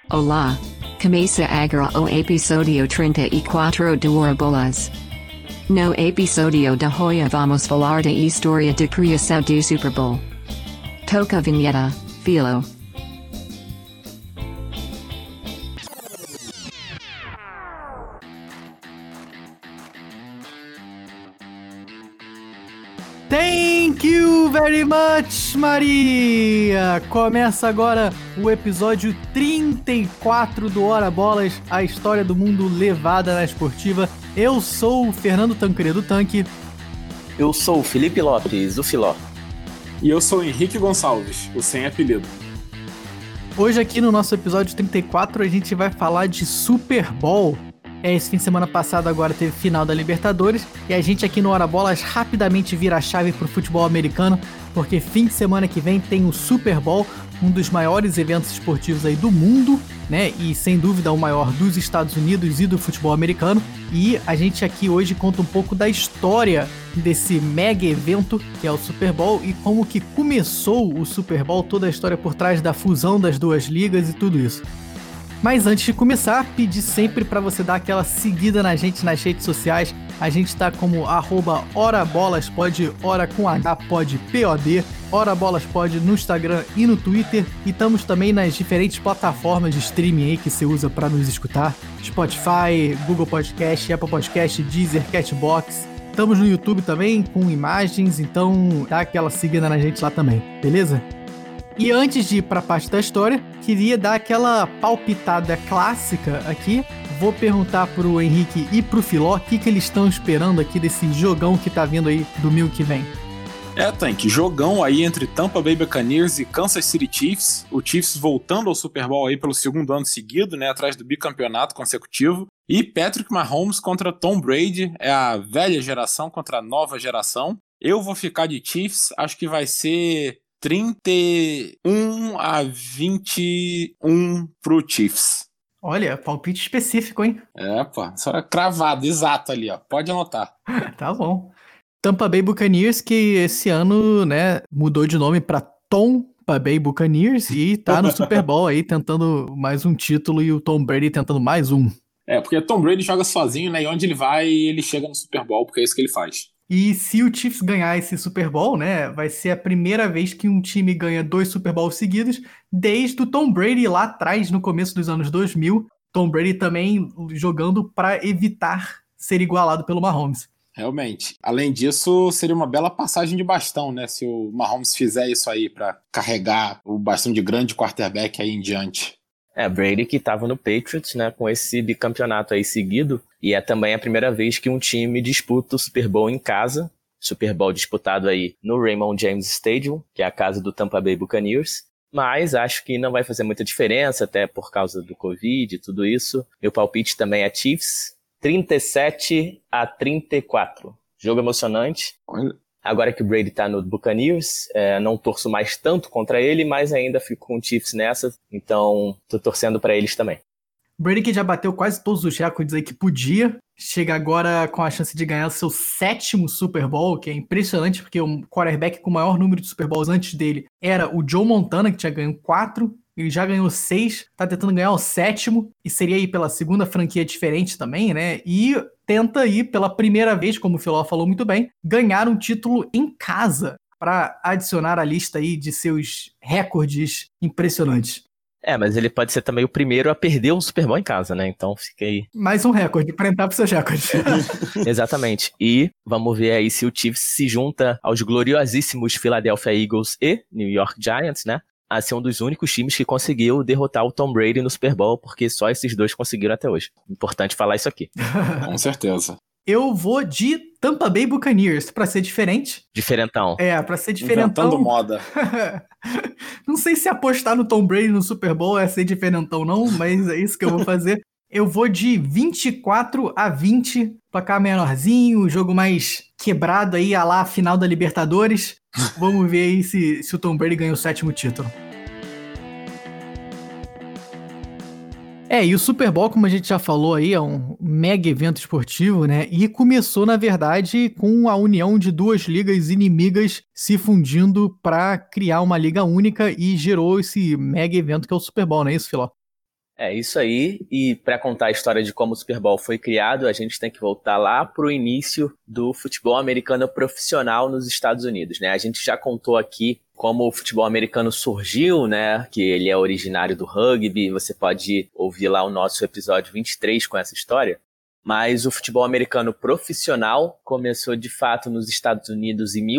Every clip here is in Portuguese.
Olá, começa agora o episódio 34 do Orabolas. No episódio de hoje vamos falar da história de criação do Super Bowl. Toca a vinheta, Philo. Thank you very much, Maria! Começa agora o episódio 34 do Hora Bolas, a história do mundo levada na esportiva. Eu sou o Fernando Tancredo Tanque. Eu sou o Felipe Lopes, o Filó. E eu sou o Henrique Gonçalves, o sem apelido. Hoje aqui no nosso episódio 34 a gente vai falar de Super Bowl. Esse fim de semana passado agora teve final da Libertadores e a gente aqui no Hora Bolas rapidamente vira a chave pro futebol americano, porque fim de semana que vem tem o Super Bowl, um dos maiores eventos esportivos aí do mundo, né? E sem dúvida o maior dos Estados Unidos e do futebol americano. E a gente aqui hoje conta um pouco da história desse mega evento que é o Super Bowl e como que começou o Super Bowl, toda a história por trás da fusão das duas ligas e tudo isso. Mas antes de começar, pedir sempre para você dar aquela seguida na gente nas redes sociais. A gente tá como @horabolaspod, hora com H, pod, P-O-D, horabolaspod no Instagram e no Twitter. E estamos também nas diferentes plataformas de streaming aí que você usa para nos escutar. Spotify, Google Podcast, Apple Podcast, Deezer, Castbox. Estamos no YouTube também com imagens, então dá aquela seguida na gente lá também, beleza? E antes de ir para a parte da história, queria dar aquela palpitada clássica aqui. Vou perguntar pro Henrique e pro Filó o que eles estão esperando aqui desse jogão que tá vindo aí domingo que vem. Tanque, jogão aí entre Tampa Bay Buccaneers e Kansas City Chiefs. O Chiefs voltando ao Super Bowl aí pelo segundo ano seguido, né, atrás do bicampeonato consecutivo. E Patrick Mahomes contra Tom Brady, é a velha geração contra a nova geração. Eu vou ficar de Chiefs, acho que vai ser 31-21 pro Chiefs. Olha, palpite específico, hein? Só cravado, exato ali, ó. Pode anotar. Tá bom. Tampa Bay Buccaneers, que esse ano, né, mudou de nome pra Tampa Bay Buccaneers e tá no Super Bowl aí tentando mais um título e o Tom Brady tentando mais um. Porque Tom Brady joga sozinho, né, e onde ele vai, ele chega no Super Bowl, porque é isso que ele faz. E se o Chiefs ganhar esse Super Bowl, né, vai ser a primeira vez que um time ganha 2 Super Bowls seguidos desde o Tom Brady lá atrás, no começo dos anos 2000. Tom Brady também jogando para evitar ser igualado pelo Mahomes. Realmente. Além disso, seria uma bela passagem de bastão, né, se o Mahomes fizer isso aí para carregar o bastão de grande quarterback aí em diante. Brady que estava no Patriots, né, com esse bicampeonato aí seguido, e é também a primeira vez que um time disputa o Super Bowl em casa, Super Bowl disputado aí no Raymond James Stadium, que é a casa do Tampa Bay Buccaneers, mas acho que não vai fazer muita diferença, até por causa do Covid e tudo isso. Meu palpite também é Chiefs, 37-34. Jogo emocionante. Agora que o Brady tá no Buccaneers, não torço mais tanto contra ele, mas ainda fico com o Chiefs nessa, então tô torcendo pra eles também. Brady que já bateu quase todos os recordes aí que podia, chega agora com a chance de ganhar o seu 7º Super Bowl, que é impressionante, porque o quarterback com o maior número de Super Bowls antes dele era o Joe Montana, que tinha ganho 4, ele já ganhou 6, tá tentando ganhar o 7º, e seria aí pela segunda franquia diferente também, né, e tenta aí pela primeira vez, como o Filó falou muito bem, ganhar um título em casa, para adicionar à lista aí de seus recordes impressionantes. Mas ele pode ser também o primeiro a perder um Super Bowl em casa, né? Então fica aí. Mais um recorde, para entrar pros seus recordes. Exatamente. E vamos ver aí se o Chiefs se junta aos gloriosíssimos Philadelphia Eagles e New York Giants, né? A ser um dos únicos times que conseguiu derrotar o Tom Brady no Super Bowl, porque só esses dois conseguiram até hoje. Importante falar isso aqui. Com certeza. Eu vou de Tampa Bay Buccaneers, pra ser diferente. Diferentão. Pra ser diferentão. Inventando moda. Não sei se apostar no Tom Brady no Super Bowl é ser diferentão não, mas é isso que eu vou fazer. Eu vou de 24-20, placar menorzinho, jogo mais quebrado aí, a lá a final da Libertadores. Vamos ver aí se o Tom Brady ganha o 7º título. E o Super Bowl, como a gente já falou aí, é um mega evento esportivo, né? E começou, na verdade, com a união de duas ligas inimigas se fundindo para criar uma liga única e gerou esse mega evento que é o Super Bowl, não é isso, Filó? É isso aí, e para contar a história de como o Super Bowl foi criado, a gente tem que voltar lá para o início do futebol americano profissional nos Estados Unidos, né? A gente já contou aqui como o futebol americano surgiu, né? Que ele é originário do rugby, você pode ouvir lá o nosso episódio 23 com essa história. Mas o futebol americano profissional começou de fato nos Estados Unidos em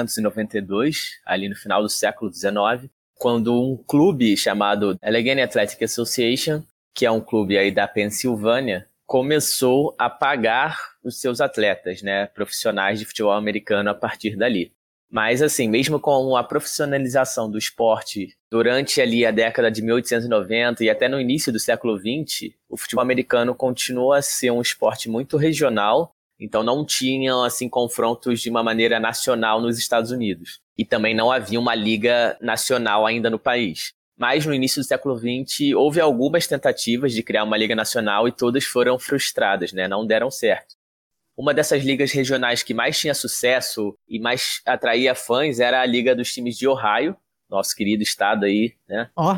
1892, ali no final do século XIX, quando um clube chamado Allegheny Athletic Association, que é um clube aí da Pensilvânia, começou a pagar os seus atletas, né, profissionais de futebol americano a partir dali. Mas assim, mesmo com a profissionalização do esporte durante ali a década de 1890 e até no início do século XX, o futebol americano continua a ser um esporte muito regional, então não tinham assim confrontos de uma maneira nacional nos Estados Unidos. E também não havia uma liga nacional ainda no país. Mas no início do século XX houve algumas tentativas de criar uma liga nacional e todas foram frustradas, né? Não deram certo. Uma dessas ligas regionais que mais tinha sucesso e mais atraía fãs era a Liga dos Times de Ohio, nosso querido estado aí, né? Ó.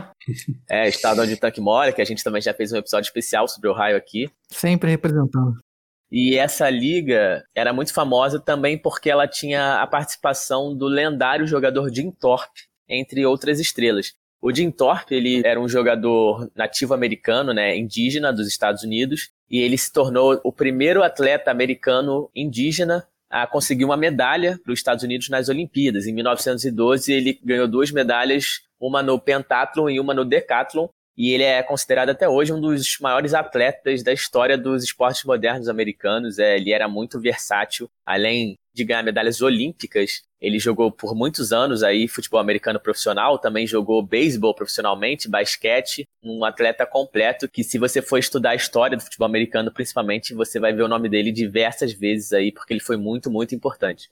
Estado onde o Tuck mora, que a gente também já fez um episódio especial sobre Ohio aqui. Sempre representando. E essa liga era muito famosa também porque ela tinha a participação do lendário jogador Jim Thorpe, entre outras estrelas. O Jim Thorpe, ele era um jogador nativo americano, né, indígena dos Estados Unidos, e ele se tornou o primeiro atleta americano indígena a conseguir uma medalha para os Estados Unidos nas Olimpíadas. Em 1912, ele ganhou 2 medalhas, uma no pentathlon e uma no decathlon, e ele é considerado até hoje um dos maiores atletas da história dos esportes modernos americanos. Ele era muito versátil. Além de ganhar medalhas olímpicas, ele jogou por muitos anos aí futebol americano profissional, também jogou beisebol profissionalmente, basquete, um atleta completo que, se você for estudar a história do futebol americano principalmente, você vai ver o nome dele diversas vezes aí, porque ele foi muito, muito importante.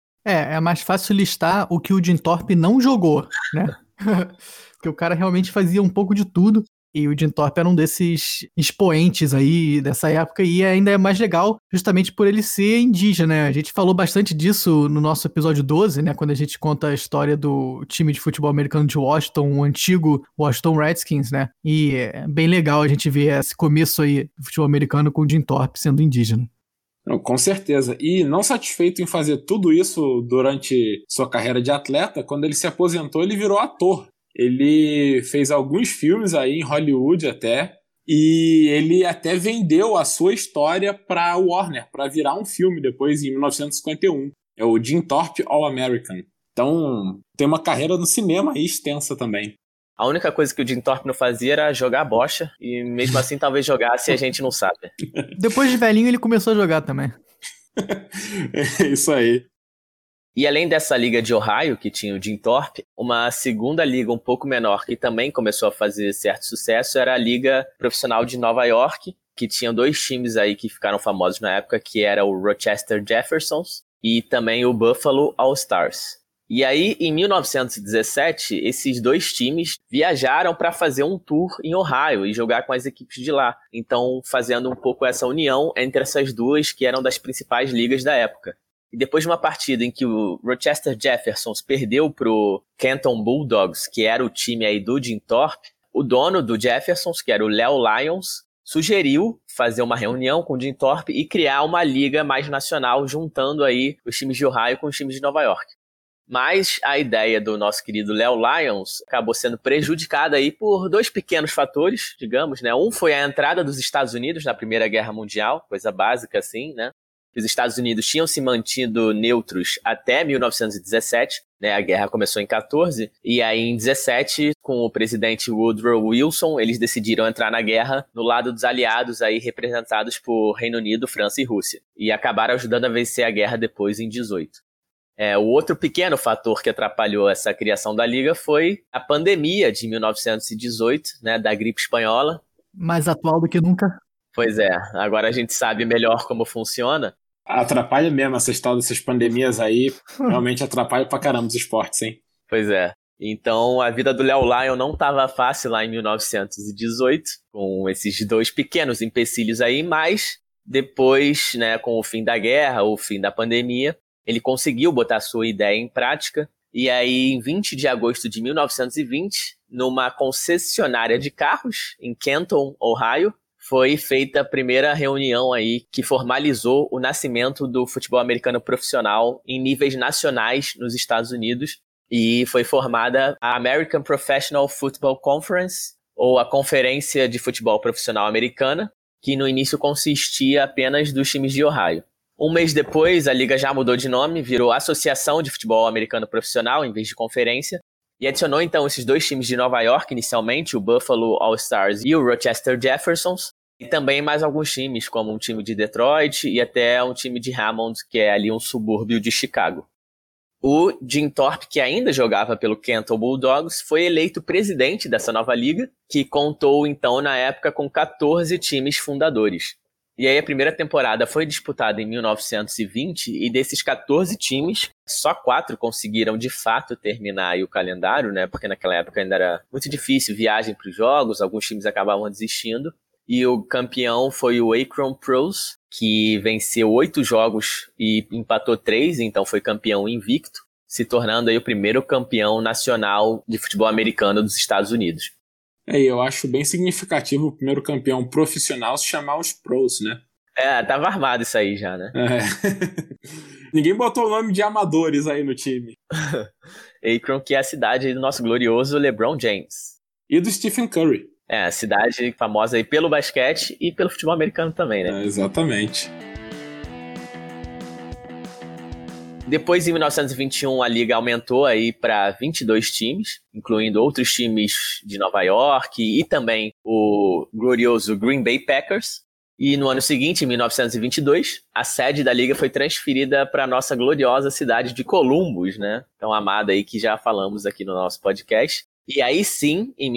É mais fácil listar o que o Jim Thorpe não jogou, né? Porque o cara realmente fazia um pouco de tudo, e o Jim Thorpe era um desses expoentes aí dessa época, e ainda é mais legal justamente por ele ser indígena, né? A gente falou bastante disso no nosso episódio 12, né? Quando a gente conta a história do time de futebol americano de Washington, o antigo Washington Redskins, né? E é bem legal a gente ver esse começo aí do futebol americano com o Jim Thorpe sendo indígena. Não, com certeza. E não satisfeito em fazer tudo isso durante sua carreira de atleta, quando ele se aposentou, ele virou ator. Ele fez alguns filmes aí em Hollywood até, e ele até vendeu a sua história para a Warner, para virar um filme depois, em 1951. É o Jim Thorpe All-American. Então, tem uma carreira no cinema aí extensa também. A única coisa que o Jim Thorpe não fazia era jogar bocha, e mesmo assim talvez jogasse e a gente não sabe. Depois de velhinho ele começou a jogar também. É isso aí. E além dessa liga de Ohio, que tinha o Jim Thorpe, uma segunda liga um pouco menor que também começou a fazer certo sucesso era a Liga Profissional de Nova York, que tinha 2 times aí que ficaram famosos na época, que era o Rochester Jeffersons e também o Buffalo All-Stars. E aí, em 1917, esses 2 times viajaram para fazer um tour em Ohio e jogar com as equipes de lá. Então, fazendo um pouco essa união entre essas duas, que eram das principais ligas da época. E depois de uma partida em que o Rochester Jeffersons perdeu pro Canton Bulldogs, que era o time aí do Jim Thorpe, o dono do Jeffersons, que era o Léo Lyons, sugeriu fazer uma reunião com o Jim Thorpe e criar uma liga mais nacional, juntando aí os times de Ohio com os times de Nova York. Mas a ideia do nosso querido Léo Lyons acabou sendo prejudicada aí por 2 pequenos fatores, digamos, né? Um foi a entrada dos Estados Unidos na Primeira Guerra Mundial, coisa básica assim, né? Os Estados Unidos tinham se mantido neutros até 1917, né? A guerra começou em 14, e aí em 17, com o presidente Woodrow Wilson, eles decidiram entrar na guerra no lado dos aliados aí representados por Reino Unido, França e Rússia, e acabaram ajudando a vencer a guerra depois em 18. O outro pequeno fator que atrapalhou essa criação da liga foi a pandemia de 1918, né, da gripe espanhola. Mais atual do que nunca. Pois é, agora a gente sabe melhor como funciona. Atrapalha mesmo essas tal dessas pandemias aí, realmente atrapalha pra caramba os esportes, hein? Pois é. Então a vida do Léo Lyon não estava fácil lá em 1918, com esses 2 pequenos empecilhos aí, mas depois, né, com o fim da guerra, o fim da pandemia, ele conseguiu botar sua ideia em prática, e aí em 20 de agosto de 1920, numa concessionária de carros em Canton, Ohio, foi feita a primeira reunião aí que formalizou o nascimento do futebol americano profissional em níveis nacionais nos Estados Unidos, e foi formada a American Professional Football Conference, ou a Conferência de Futebol Profissional Americana, que no início consistia apenas dos times de Ohio. Um mês depois, a liga já mudou de nome, virou Associação de Futebol Americano Profissional, em vez de conferência, e adicionou então esses dois times de Nova York inicialmente, o Buffalo All-Stars e o Rochester Jeffersons, e também mais alguns times, como um time de Detroit e até um time de Hammond, que é ali um subúrbio de Chicago. O Jim Thorpe, que ainda jogava pelo Canton Bulldogs, foi eleito presidente dessa nova liga, que contou então na época com 14 times fundadores. E aí a primeira temporada foi disputada em 1920 e desses 14 times, só 4 conseguiram de fato terminar aí o calendário, né? Porque naquela época ainda era muito difícil viagem para os jogos, alguns times acabavam desistindo. E o campeão foi o Akron Pros, que venceu 8 jogos e empatou 3, então foi campeão invicto, se tornando aí o primeiro campeão nacional de futebol americano dos Estados Unidos. Eu acho bem significativo o primeiro campeão profissional se chamar os Pros, né? Tava armado isso aí já, né? Ninguém botou o nome de amadores aí no time. Akron, que é a cidade do nosso glorioso LeBron James. E do Stephen Curry. A cidade famosa aí pelo basquete e pelo futebol americano também, né? Exatamente. Depois, em 1921, a liga aumentou aí para 22 times, incluindo outros times de Nova York e também o glorioso Green Bay Packers. E no ano seguinte, em 1922, a sede da liga foi transferida para a nossa gloriosa cidade de Columbus, né? Tão amada aí que já falamos aqui no nosso podcast. E aí sim, em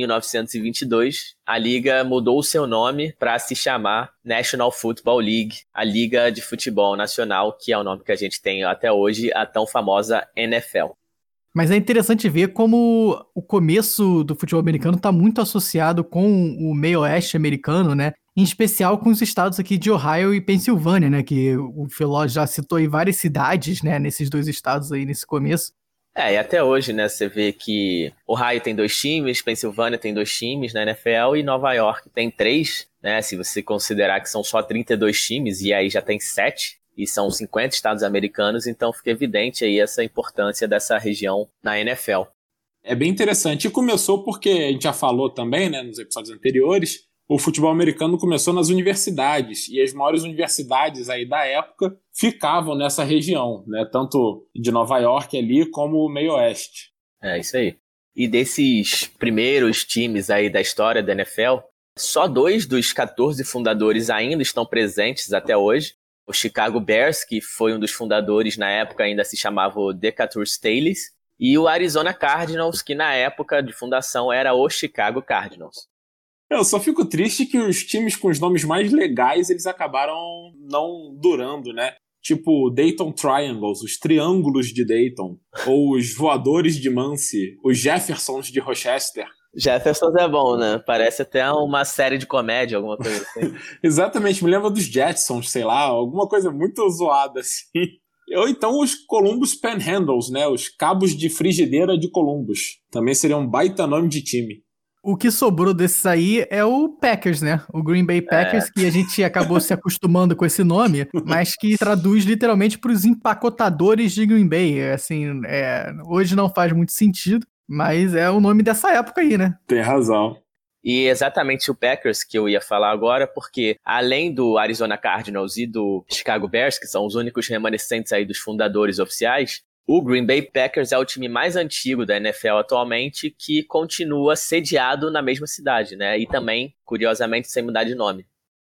1922, a liga mudou o seu nome para se chamar National Football League, a Liga de Futebol Nacional, que é o nome que a gente tem até hoje, a tão famosa NFL. Mas é interessante ver como o começo do futebol americano está muito associado com o meio oeste americano, né? Em especial com os estados aqui de Ohio e Pensilvânia, né? Que o Filó já citou aí várias cidades, né? Nesses dois estados aí nesse começo. E até hoje, né, você vê que Ohio tem 2 times, Pensilvânia tem 2 times na NFL e Nova York tem 3, né, se você considerar que são só 32 times e aí já tem 7 e são 50 estados americanos, então fica evidente aí essa importância dessa região na NFL. É bem interessante e começou porque a gente já falou também, né, nos episódios anteriores, o futebol americano começou nas universidades, e as maiores universidades aí da época ficavam nessa região, né? Tanto de Nova York ali, como o meio oeste. Isso aí. E desses primeiros times aí da história da NFL, só 2 dos 14 fundadores ainda estão presentes até hoje. O Chicago Bears, que foi um dos fundadores na época, ainda se chamava o Decatur Staleys, e o Arizona Cardinals, que na época de fundação era o Chicago Cardinals. Eu só fico triste que os times com os nomes mais legais, eles acabaram não durando, né? Tipo Dayton Triangles, os Triângulos de Dayton, ou os Voadores de Muncie, os Jeffersons de Rochester. Jeffersons é bom, né? Parece até uma série de comédia, alguma coisa assim. Exatamente, me lembra dos Jetsons, sei lá, alguma coisa muito zoada assim. Ou então os Columbus Panhandles, né? Os Cabos de Frigideira de Columbus. Também seria um baita nome de time. O que sobrou desses aí é o Packers, né? O Green Bay Packers, que a gente acabou se acostumando com esse nome, mas que traduz literalmente para os empacotadores de Green Bay. Assim, hoje não faz muito sentido, mas é o nome dessa época aí, né? Tem razão. E exatamente o Packers que eu ia falar agora, porque além do Arizona Cardinals e do Chicago Bears, que são os únicos remanescentes aí dos fundadores oficiais, o Green Bay Packers é o time mais antigo da NFL atualmente que continua sediado na mesma cidade, né? E também, curiosamente, sem mudar de nome.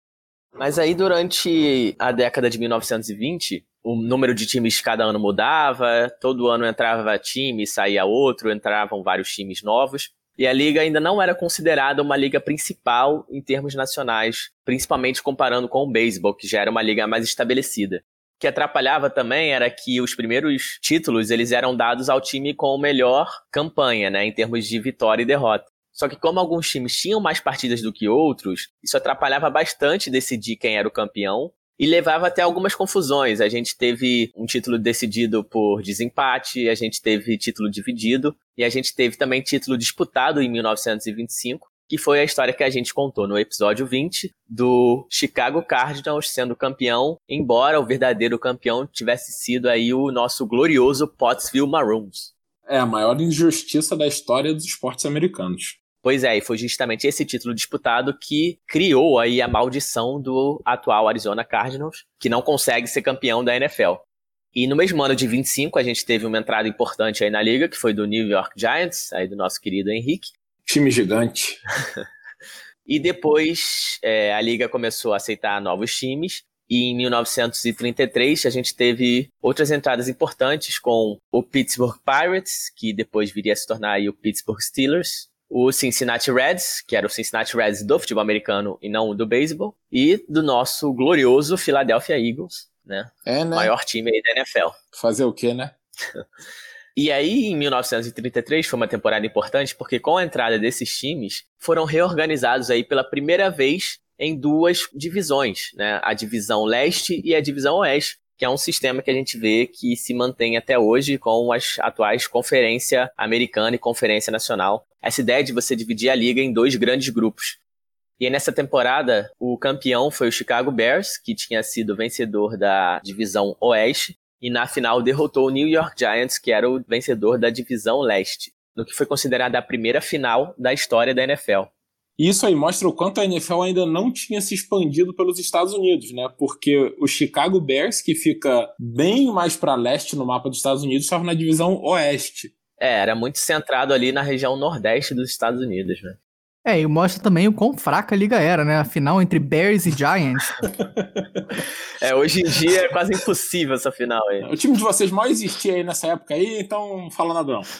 Mas aí, durante a década de 1920, o número de times cada ano mudava, todo ano entrava time, saía outro, entravam vários times novos. E a liga ainda não era considerada uma liga principal em termos nacionais, principalmente comparando com o beisebol, que já era uma liga mais estabelecida. O que atrapalhava também era que os primeiros títulos eles eram dados ao time com melhor campanha, né, em termos de vitória e derrota. Só que como alguns times tinham mais partidas do que outros, isso atrapalhava bastante decidir quem era o campeão, e levava até algumas confusões. A gente teve um título decidido por desempate, a gente teve título dividido e a gente teve também título disputado em 1925, que foi a história que a gente contou no episódio 20 do Chicago Cardinals sendo campeão, embora o verdadeiro campeão tivesse sido aí o nosso glorioso Pottsville Maroons. É a maior injustiça da história dos esportes americanos. Pois é, e foi justamente esse título disputado que criou aí a maldição do atual Arizona Cardinals, que não consegue ser campeão da NFL. E no mesmo ano de 25, a gente teve uma entrada importante aí na liga, que foi do New York Giants, aí do nosso querido Henrique. Time gigante. E depois a liga começou a aceitar novos times. E em 1933 a gente teve outras entradas importantes com o Pittsburgh Pirates, que depois viria a se tornar aí o Pittsburgh Steelers, o Cincinnati Reds, que era o Cincinnati Reds do futebol americano e não do beisebol, e do nosso glorioso Philadelphia Eagles, né? Maior time aí da NFL. Fazer o quê, né? E aí, em 1933, foi uma temporada importante, porque com a entrada desses times, foram reorganizados aí pela primeira vez em duas divisões, né? A divisão leste e a divisão oeste, que é um sistema que a gente vê que se mantém até hoje com as atuais Conferência Americana e Conferência Nacional. Essa ideia de você dividir a liga em dois grandes grupos. E aí, nessa temporada, o campeão foi o Chicago Bears, que tinha sido vencedor da divisão oeste, e na final derrotou o New York Giants, que era o vencedor da divisão leste, no que foi considerada a primeira final da história da NFL. E isso aí mostra o quanto a NFL ainda não tinha se expandido pelos Estados Unidos, né? Porque o Chicago Bears, que fica bem mais para leste no mapa dos Estados Unidos, estava na divisão oeste. Era muito centrado ali na região nordeste dos Estados Unidos, né? E mostra também o quão fraca a liga era, né? A final entre Bears e Giants. Hoje em dia é quase impossível essa final aí. O time de vocês mal existia aí nessa época aí, então não fala nada não.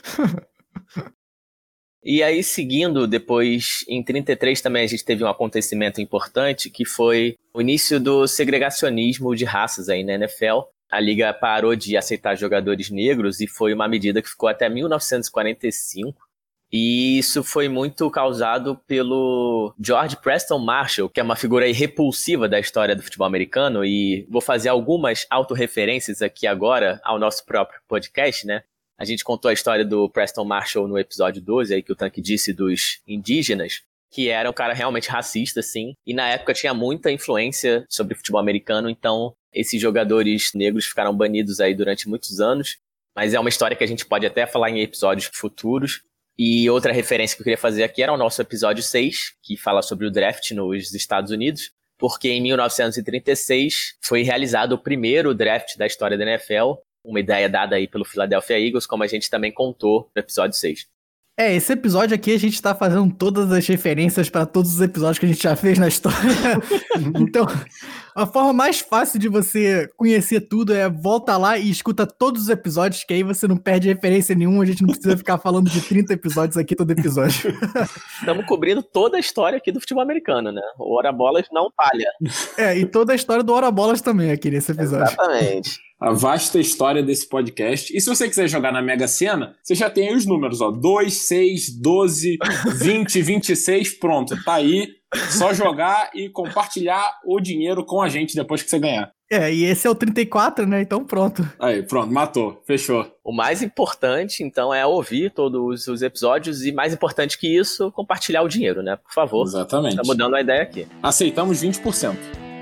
E aí, seguindo, depois, em 33 também a gente teve um acontecimento importante, que foi o início do segregacionismo de raças aí na NFL. A liga parou de aceitar jogadores negros e foi uma medida que ficou até 1945. E isso foi muito causado pelo George Preston Marshall, que é uma figura aí repulsiva da história do futebol americano. E vou fazer algumas autorreferências aqui agora ao nosso próprio podcast, né? A gente contou a história do Preston Marshall no episódio 12, aí que o Tanque disse dos indígenas, que era um cara realmente racista, assim. E na época tinha muita influência sobre futebol americano, então esses jogadores negros ficaram banidos aí durante muitos anos. Mas é uma história que a gente pode até falar em episódios futuros. E outra referência que eu queria fazer aqui era o nosso episódio 6, que fala sobre o draft nos Estados Unidos, porque em 1936 foi realizado o primeiro draft da história da NFL, uma ideia dada aí pelo Philadelphia Eagles, como a gente também contou no episódio 6. Esse episódio aqui a gente tá fazendo todas as referências para todos os episódios que a gente já fez na história. Então, a forma mais fácil de você conhecer tudo é volta lá e escuta todos os episódios, que aí você não perde referência nenhuma, a gente não precisa ficar falando de 30 episódios aqui todo episódio. Estamos cobrindo toda a história aqui do futebol americano, né? O Hora Bolas não falha. E toda a história do Hora Bolas também aqui nesse episódio. Exatamente. A vasta história desse podcast. E se você quiser jogar na Mega Sena, você já tem aí os números, ó. 2, 6, 12, 20, 26, pronto. Tá aí. Só jogar e compartilhar o dinheiro com a gente depois que você ganhar. E esse é o 34, né? Então pronto. Aí, pronto, matou. Fechou. O mais importante, então, é ouvir todos os episódios e, mais importante que isso, compartilhar o dinheiro, né? Por favor. Exatamente. Estamos dando a ideia aqui. Aceitamos 20%.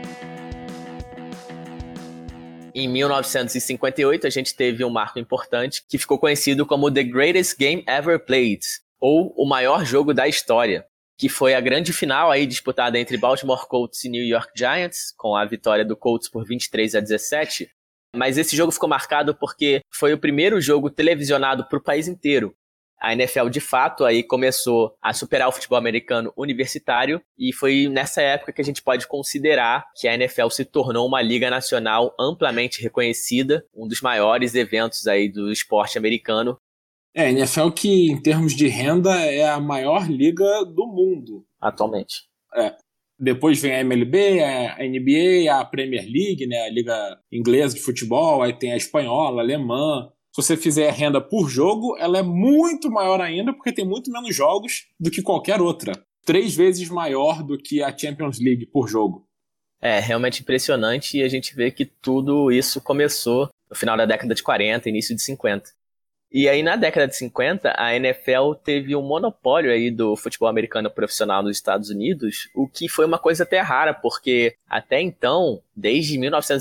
Em 1958, a gente teve um marco importante que ficou conhecido como The Greatest Game Ever Played, ou o maior jogo da história, que foi a grande final aí disputada entre Baltimore Colts e New York Giants, com a vitória do Colts por 23-17. Mas esse jogo ficou marcado porque foi o primeiro jogo televisionado para o país inteiro. A NFL, de fato, aí começou a superar o futebol americano universitário e foi nessa época que a gente pode considerar que a NFL se tornou uma liga nacional amplamente reconhecida, um dos maiores eventos aí do esporte americano. A NFL que, em termos de renda, é a maior liga do mundo. Atualmente. Depois vem a MLB, a NBA, a Premier League, né, a liga inglesa de futebol, aí tem a espanhola, a alemã. Se você fizer renda por jogo, ela é muito maior ainda, porque tem muito menos jogos do que qualquer outra. 3 vezes maior do que a Champions League por jogo. É realmente impressionante e a gente vê que tudo isso começou no final da década de 40, início de 50. E aí na década de 50, a NFL teve um monopólio aí do futebol americano profissional nos Estados Unidos, o que foi uma coisa até rara, porque até então, desde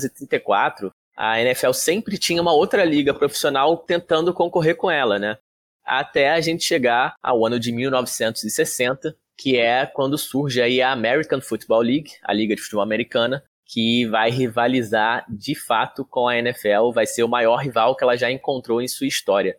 1934, a NFL sempre tinha uma outra liga profissional tentando concorrer com ela, né? Até a gente chegar ao ano de 1960, que é quando surge aí a American Football League, a Liga de Futebol Americana, que vai rivalizar de fato com a NFL, vai ser o maior rival que ela já encontrou em sua história.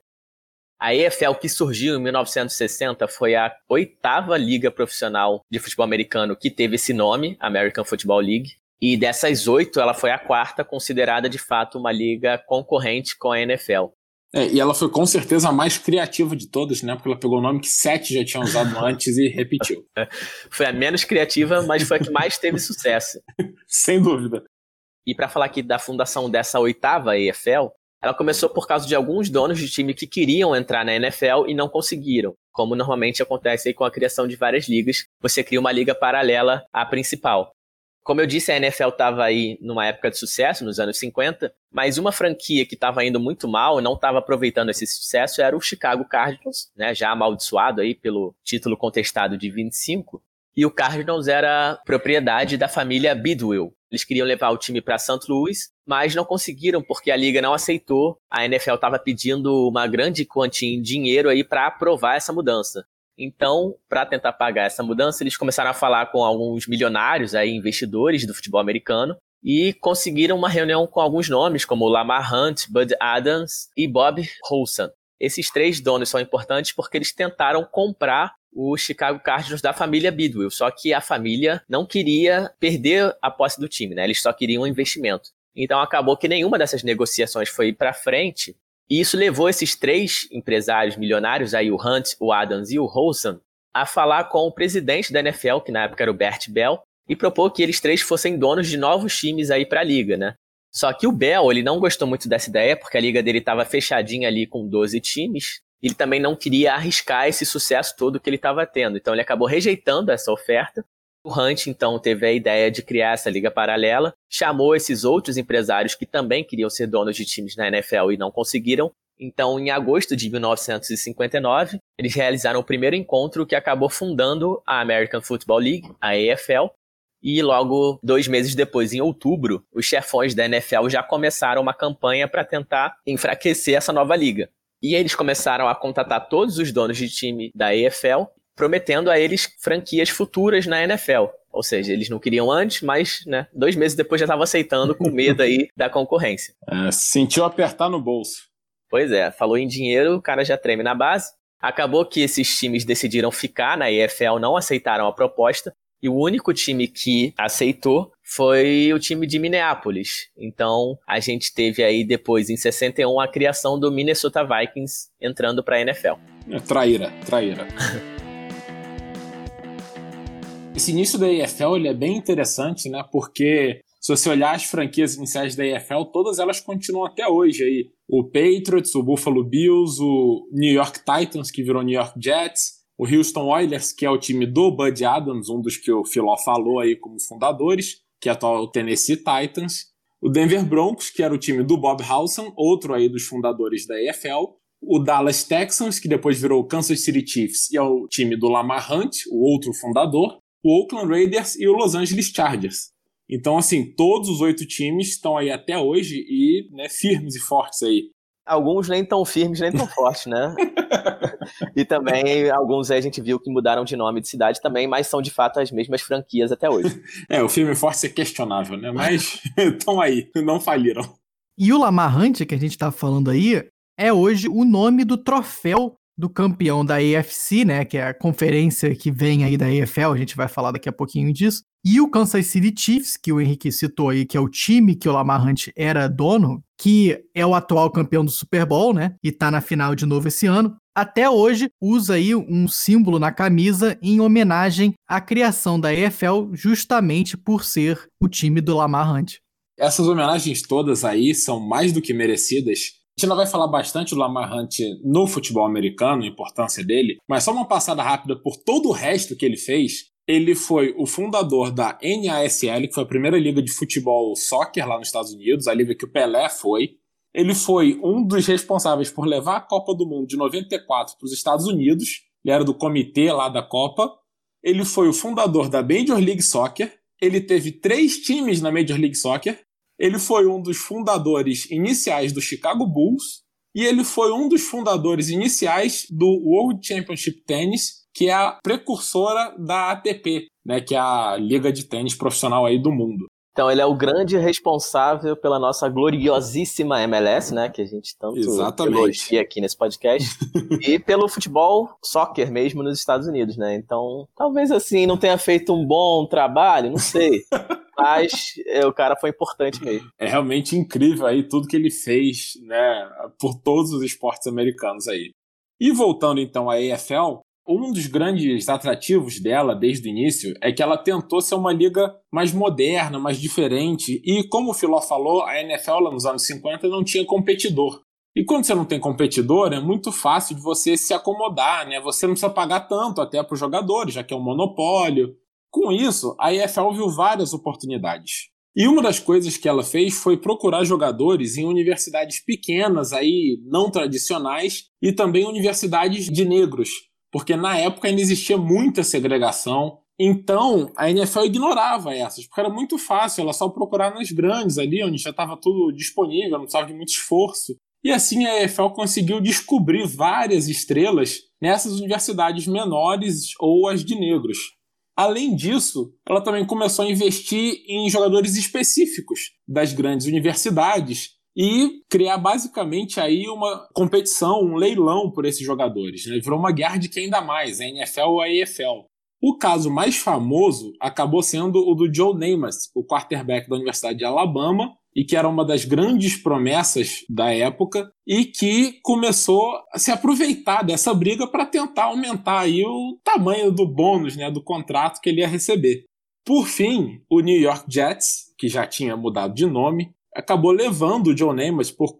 A EFL, que surgiu em 1960, foi a 8ª liga profissional de futebol americano que teve esse nome, American Football League, e dessas 8, ela foi a 4ª considerada de fato uma liga concorrente com a NFL. E ela foi com certeza a mais criativa de todas, né? Porque ela pegou o nome que 7 já tinham usado antes e repetiu. Foi a menos criativa, mas foi a que mais teve sucesso. Sem dúvida. E para falar aqui da fundação dessa 8ª EFL, ela começou por causa de alguns donos de time que queriam entrar na NFL e não conseguiram. Como normalmente acontece aí com a criação de várias ligas, você cria uma liga paralela à principal. Como eu disse, a NFL estava aí numa época de sucesso, nos anos 50, mas uma franquia que estava indo muito mal e não estava aproveitando esse sucesso era o Chicago Cardinals, né, já amaldiçoado aí pelo título contestado de 25, e o Cardinals era propriedade da família Bidwell. Eles queriam levar o time para St. Louis, mas não conseguiram porque a liga não aceitou. A NFL estava pedindo uma grande quantia em dinheiro aí para aprovar essa mudança. Então, para tentar pagar essa mudança, eles começaram a falar com alguns milionários, aí, investidores do futebol americano, e conseguiram uma reunião com alguns nomes, como Lamar Hunt, Bud Adams e Bob Olson. Esses 3 donos são importantes porque eles tentaram comprar o Chicago Cardinals da família Bidwell, só que a família não queria perder a posse do time, né? Eles só queriam um investimento. Então acabou que nenhuma dessas negociações foi para frente, e isso levou esses 3 empresários milionários, aí o Hunt, o Adams e o Olson, a falar com o presidente da NFL, que na época era o Bert Bell, e propor que eles 3 fossem donos de novos times aí para a liga, né? Só que o Bell, ele não gostou muito dessa ideia, porque a liga dele estava fechadinha ali com 12 times, ele também não queria arriscar esse sucesso todo que ele estava tendo, então ele acabou rejeitando essa oferta. O Hunt, então, teve a ideia de criar essa liga paralela, chamou esses outros empresários que também queriam ser donos de times na NFL e não conseguiram. Então, em agosto de 1959, eles realizaram o primeiro encontro que acabou fundando a American Football League, a AFL, e logo 2 meses depois, em outubro, os chefões da NFL já começaram uma campanha para tentar enfraquecer essa nova liga. E eles começaram a contatar todos os donos de time da AFL, prometendo a eles franquias futuras na NFL. Ou seja, eles não queriam antes, mas 2 meses depois já estavam aceitando com medo aí da concorrência. Sentiu apertar no bolso. Pois é, falou em dinheiro, o cara já treme na base. Acabou que esses times decidiram ficar na EFL, não aceitaram a proposta, e o único time que aceitou foi o time de Minneapolis. Então, a gente teve aí depois, em 61, a criação do Minnesota Vikings entrando para a NFL. Traíra. Esse início da EFL ele é bem interessante, né? Porque se você olhar as franquias iniciais da EFL, todas elas continuam até hoje aí. O Patriots, o Buffalo Bills, o New York Titans, que virou New York Jets, o Houston Oilers, que é o time do Bud Adams, um dos que o Filó falou aí como fundadores, que é atual Tennessee Titans, o Denver Broncos, que era o time do Bob Howson, outro aí dos fundadores da EFL, o Dallas Texans, que depois virou o Kansas City Chiefs, e é o time do Lamar Hunt, o outro fundador, o Oakland Raiders e o Los Angeles Chargers. Então, assim, todos os 8 times estão aí até hoje e firmes e fortes aí. Alguns nem tão firmes, nem tão fortes, né? E também alguns aí a gente viu que mudaram de nome de cidade também, mas são de fato as mesmas franquias até hoje. O firme e forte é questionável, né? Mas estão aí, não faliram. E o Lamar Hunt, que a gente tá falando aí, é hoje o nome do troféu do campeão da AFC, né, que é a conferência que vem aí da AFL, a gente vai falar daqui a pouquinho disso, e o Kansas City Chiefs, que o Henrique citou aí, que é o time que o Lamar Hunt era dono, que é o atual campeão do Super Bowl, né, e tá na final de novo esse ano, até hoje usa aí um símbolo na camisa em homenagem à criação da AFL, justamente por ser o time do Lamar Hunt. Essas homenagens todas aí são mais do que merecidas. A gente ainda vai falar bastante do Lamar Hunt no futebol americano, a importância dele, mas só uma passada rápida por todo o resto que ele fez. Ele foi o fundador da NASL, que foi a primeira liga de futebol soccer lá nos Estados Unidos, a liga que o Pelé foi. Ele foi um dos responsáveis por levar a Copa do Mundo de 94 para os Estados Unidos. Ele era do comitê lá da Copa. Ele foi o fundador da Major League Soccer. Ele teve 3 times na Major League Soccer. Ele foi um dos fundadores iniciais do Chicago Bulls. E ele foi um dos fundadores iniciais do World Championship Tennis, que é a precursora da ATP, né, que é a liga de tênis profissional aí do mundo. Então ele é o grande responsável pela nossa gloriosíssima MLS, né, que a gente tanto elogia aqui nesse podcast, e pelo futebol soccer mesmo nos Estados Unidos, né? Então, talvez assim não tenha feito um bom trabalho, não sei. Mas o cara foi importante mesmo. É realmente incrível aí tudo que ele fez, né, por todos os esportes americanos aí. E voltando então à EFL, um dos grandes atrativos dela desde o início é que ela tentou ser uma liga mais moderna, mais diferente. E como o Filó falou, a NFL lá nos anos 50 não tinha competidor. E quando você não tem competidor, é muito fácil de você se acomodar, né? Você não precisa pagar tanto até para os jogadores, já que é um monopólio. Com isso, a EFL viu várias oportunidades. E uma das coisas que ela fez foi procurar jogadores em universidades pequenas, aí, não tradicionais, e também universidades de negros, porque na época ainda existia muita segregação. Então, a NFL ignorava essas, porque era muito fácil, ela só procurar nas grandes ali, onde já estava tudo disponível, não precisava de muito esforço. E assim a EFL conseguiu descobrir várias estrelas nessas universidades menores ou as de negros. Além disso, ela também começou a investir em jogadores específicos das grandes universidades e criar basicamente aí uma competição, um leilão por esses jogadores, né? Virou uma guerra de quem dá mais, a NFL ou a EFL. O caso mais famoso acabou sendo o do Joe Namath, o quarterback da Universidade de Alabama, e que era uma das grandes promessas da época, e que começou a se aproveitar dessa briga para tentar aumentar aí o tamanho do bônus, né, do contrato que ele ia receber. Por fim, o New York Jets, que já tinha mudado de nome, acabou levando o Joe Namath por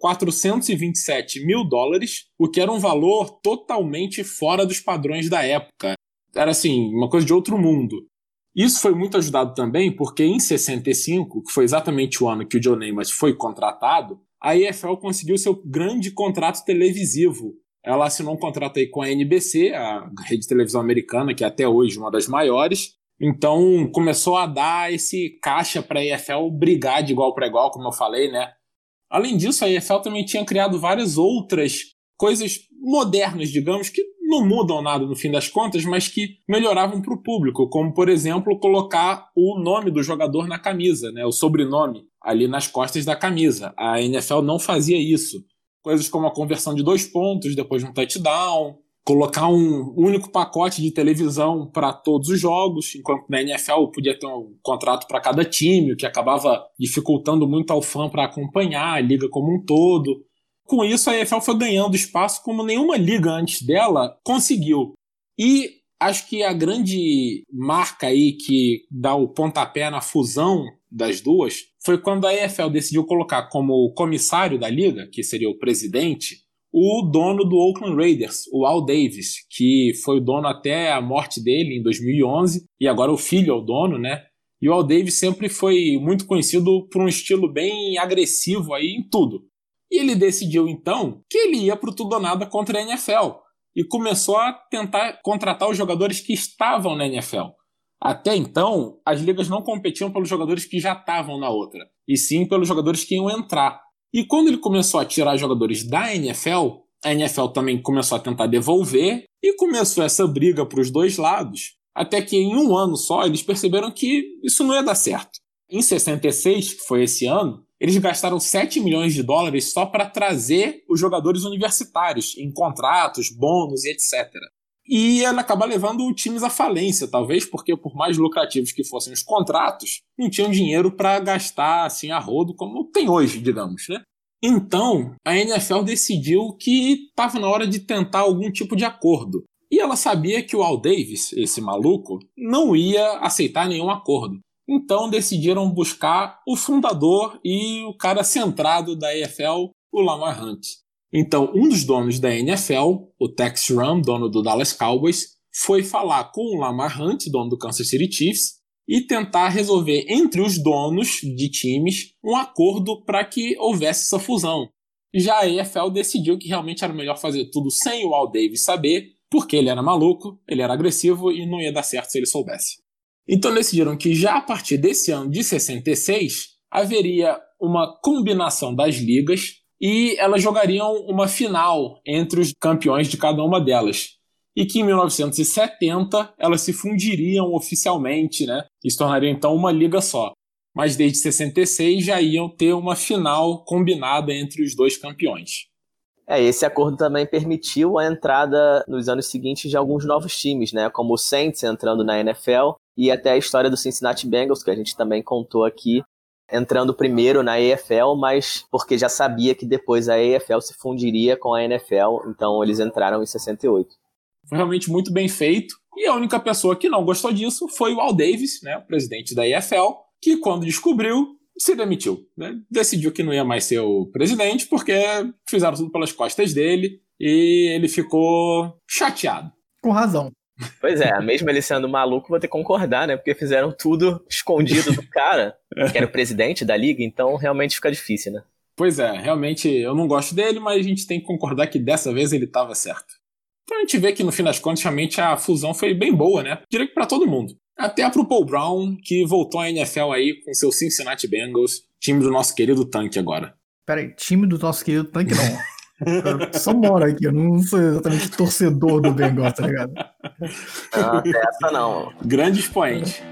$427 mil, o que era um valor totalmente fora dos padrões da época. Era assim, uma coisa de outro mundo. Isso foi muito ajudado também porque em 65, que foi exatamente o ano que o Joe Namath foi contratado, a EFL conseguiu seu grande contrato televisivo. Ela assinou um contrato aí com a NBC, a rede de televisão americana, que é até hoje uma das maiores. Então começou a dar esse caixa para a EFL brigar de igual para igual, como eu falei, né? Além disso, a EFL também tinha criado várias outras coisas modernas, digamos, que não mudam nada no fim das contas, mas que melhoravam para o público, como, por exemplo, colocar o nome do jogador na camisa, né, o sobrenome ali nas costas da camisa. A NFL não fazia isso. Coisas como a conversão de 2 pontos depois de um touchdown, colocar um único pacote de televisão para todos os jogos, enquanto na NFL podia ter um contrato para cada time, o que acabava dificultando muito ao fã para acompanhar a liga como um todo. Com isso, a EFL foi ganhando espaço como nenhuma liga antes dela conseguiu. E acho que a grande marca aí que dá o pontapé na fusão das duas foi quando a EFL decidiu colocar como comissário da liga, que seria o presidente, o dono do Oakland Raiders, o Al Davis, que foi o dono até a morte dele em 2011, e agora o filho é o dono, né? E o Al Davis sempre foi muito conhecido por um estilo bem agressivo aí em tudo. E ele decidiu, então, que ele ia pro tudo ou nada contra a NFL. E começou a tentar contratar os jogadores que estavam na NFL. Até então, as ligas não competiam pelos jogadores que já estavam na outra, e sim pelos jogadores que iam entrar. E quando ele começou a tirar jogadores da NFL, a NFL também começou a tentar devolver, e começou essa briga para os dois lados, até que em um ano só eles perceberam que isso não ia dar certo. Em 66, que foi esse ano, eles gastaram $7 milhões só para trazer os jogadores universitários em contratos, bônus e etc. E ela acaba levando times à falência, talvez porque por mais lucrativos que fossem os contratos, não tinham dinheiro para gastar assim a rodo como tem hoje, digamos, né? Então, a NFL decidiu que estava na hora de tentar algum tipo de acordo. E ela sabia que o Al Davis, esse maluco, não ia aceitar nenhum acordo. Então decidiram buscar o fundador e o cara centrado da EFL, o Lamar Hunt. Então um dos donos da NFL, o Tex Schramm, dono do Dallas Cowboys, foi falar com o Lamar Hunt, dono do Kansas City Chiefs, e tentar resolver entre os donos de times um acordo para que houvesse essa fusão. Já a EFL decidiu que realmente era melhor fazer tudo sem o Al Davis saber, porque ele era maluco, ele era agressivo e não ia dar certo se ele soubesse. Então decidiram que já a partir desse ano de 66 haveria uma combinação das ligas e elas jogariam uma final entre os campeões de cada uma delas. E que em 1970 elas se fundiriam oficialmente, né? E se tornariam então uma liga só. Mas desde 66 já iam ter uma final combinada entre os dois campeões. Esse acordo também permitiu a entrada nos anos seguintes de alguns novos times, né? Como o Saints entrando na NFL e até a história do Cincinnati Bengals, que a gente também contou aqui, entrando primeiro na AFL, mas porque já sabia que depois a AFL se fundiria com a NFL, então eles entraram em 68. Foi realmente muito bem feito, e a única pessoa que não gostou disso foi o Al Davis, né, o presidente da AFL, que quando descobriu, se demitiu. Né? Decidiu que não ia mais ser o presidente, porque fizeram tudo pelas costas dele, e ele ficou chateado. Com razão. Pois é, mesmo ele sendo maluco, vou ter que concordar, né? Porque fizeram tudo escondido do cara, que era o presidente da liga, então realmente fica difícil, né? Pois é, realmente eu não gosto dele, mas a gente tem que concordar que dessa vez ele estava certo. Então a gente vê que no fim das contas, realmente a fusão foi bem boa, né? Diria que pra todo mundo. Até pro Paul Brown, que voltou à NFL aí com seu Cincinnati Bengals, time do nosso querido Tanque agora. Peraí, time do nosso querido Tanque não. Eu só moro aqui, eu não sou exatamente torcedor do Bengals, tá ligado? Não, essa não. Grande expoente.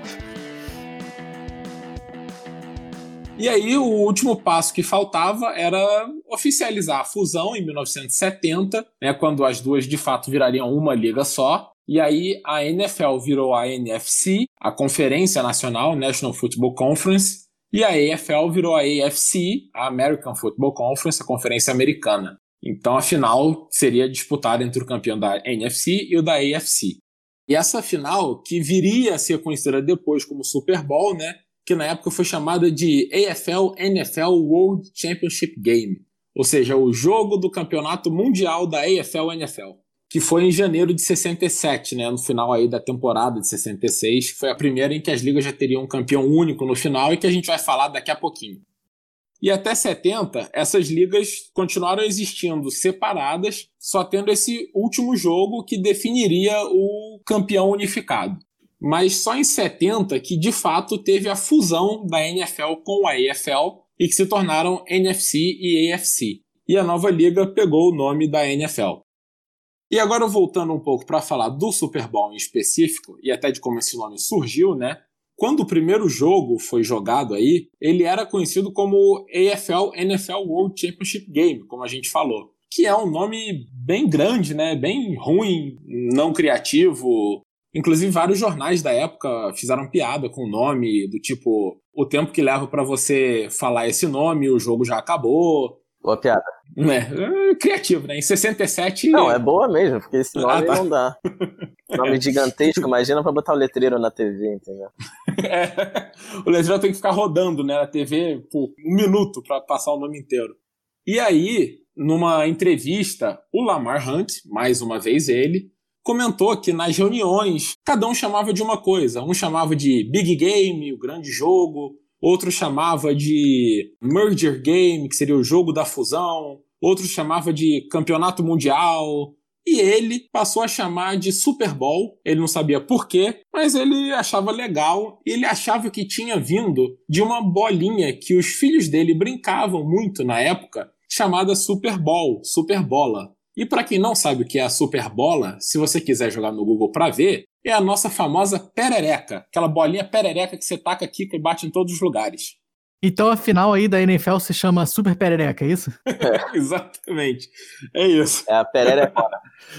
E aí o último passo que faltava era oficializar a fusão em 1970, né, quando as duas de fato virariam uma liga só. E aí a NFL virou a NFC, a Conferência Nacional, National Football Conference, e a AFL virou a AFC, a American Football Conference, a Conferência Americana. Então a final seria disputada entre o campeão da NFC e o da AFC. E essa final, que viria a ser conhecida depois como Super Bowl, né, que na época foi chamada de AFL-NFL World Championship Game, ou seja, o jogo do campeonato mundial da AFL-NFL, que foi em janeiro de 67, né, no final aí da temporada de 66, que foi a primeira em que as ligas já teriam um campeão único no final e que a gente vai falar daqui a pouquinho. E até 70, essas ligas continuaram existindo separadas, só tendo esse último jogo que definiria o campeão unificado. Mas só em 70 que, de fato, teve a fusão da NFL com a AFL e que se tornaram NFC e AFC. E a nova liga pegou o nome da NFL. E agora, voltando um pouco para falar do Super Bowl em específico, e até de como esse nome surgiu, né? Quando o primeiro jogo foi jogado aí, ele era conhecido como AFL-NFL World Championship Game, como a gente falou. Que é um nome bem grande, né? Bem ruim, não criativo. Inclusive, vários jornais da época fizeram piada com o nome, do tipo, o tempo que leva para você falar esse nome, o jogo já acabou. Boa piada. É criativo, né? Em 67... Não, é boa mesmo, porque esse nome não dá. Nome gigantesco, imagina pra botar o letreiro na TV, entendeu? O letreiro tem que ficar rodando, né, na TV por um minuto pra passar o nome inteiro. E aí, numa entrevista, o Lamar Hunt, mais uma vez ele, comentou que nas reuniões cada um chamava de uma coisa. Um chamava de Big Game, o grande jogo. Outro chamava de Merger Game, que seria o jogo da fusão. Outro chamava de Campeonato Mundial. E ele passou a chamar de Super Bowl. Ele não sabia por quê, mas ele achava legal. Ele achava que tinha vindo de uma bolinha que os filhos dele brincavam muito na época, chamada Super Bowl, Super Bola. E para quem não sabe o que é a Super Bola, se você quiser jogar no Google para ver, é a nossa famosa perereca. Aquela bolinha perereca que você taca aqui e bate em todos os lugares. Então a final aí da NFL se chama Super Perereca, é isso? Exatamente. É isso. É a pererecona.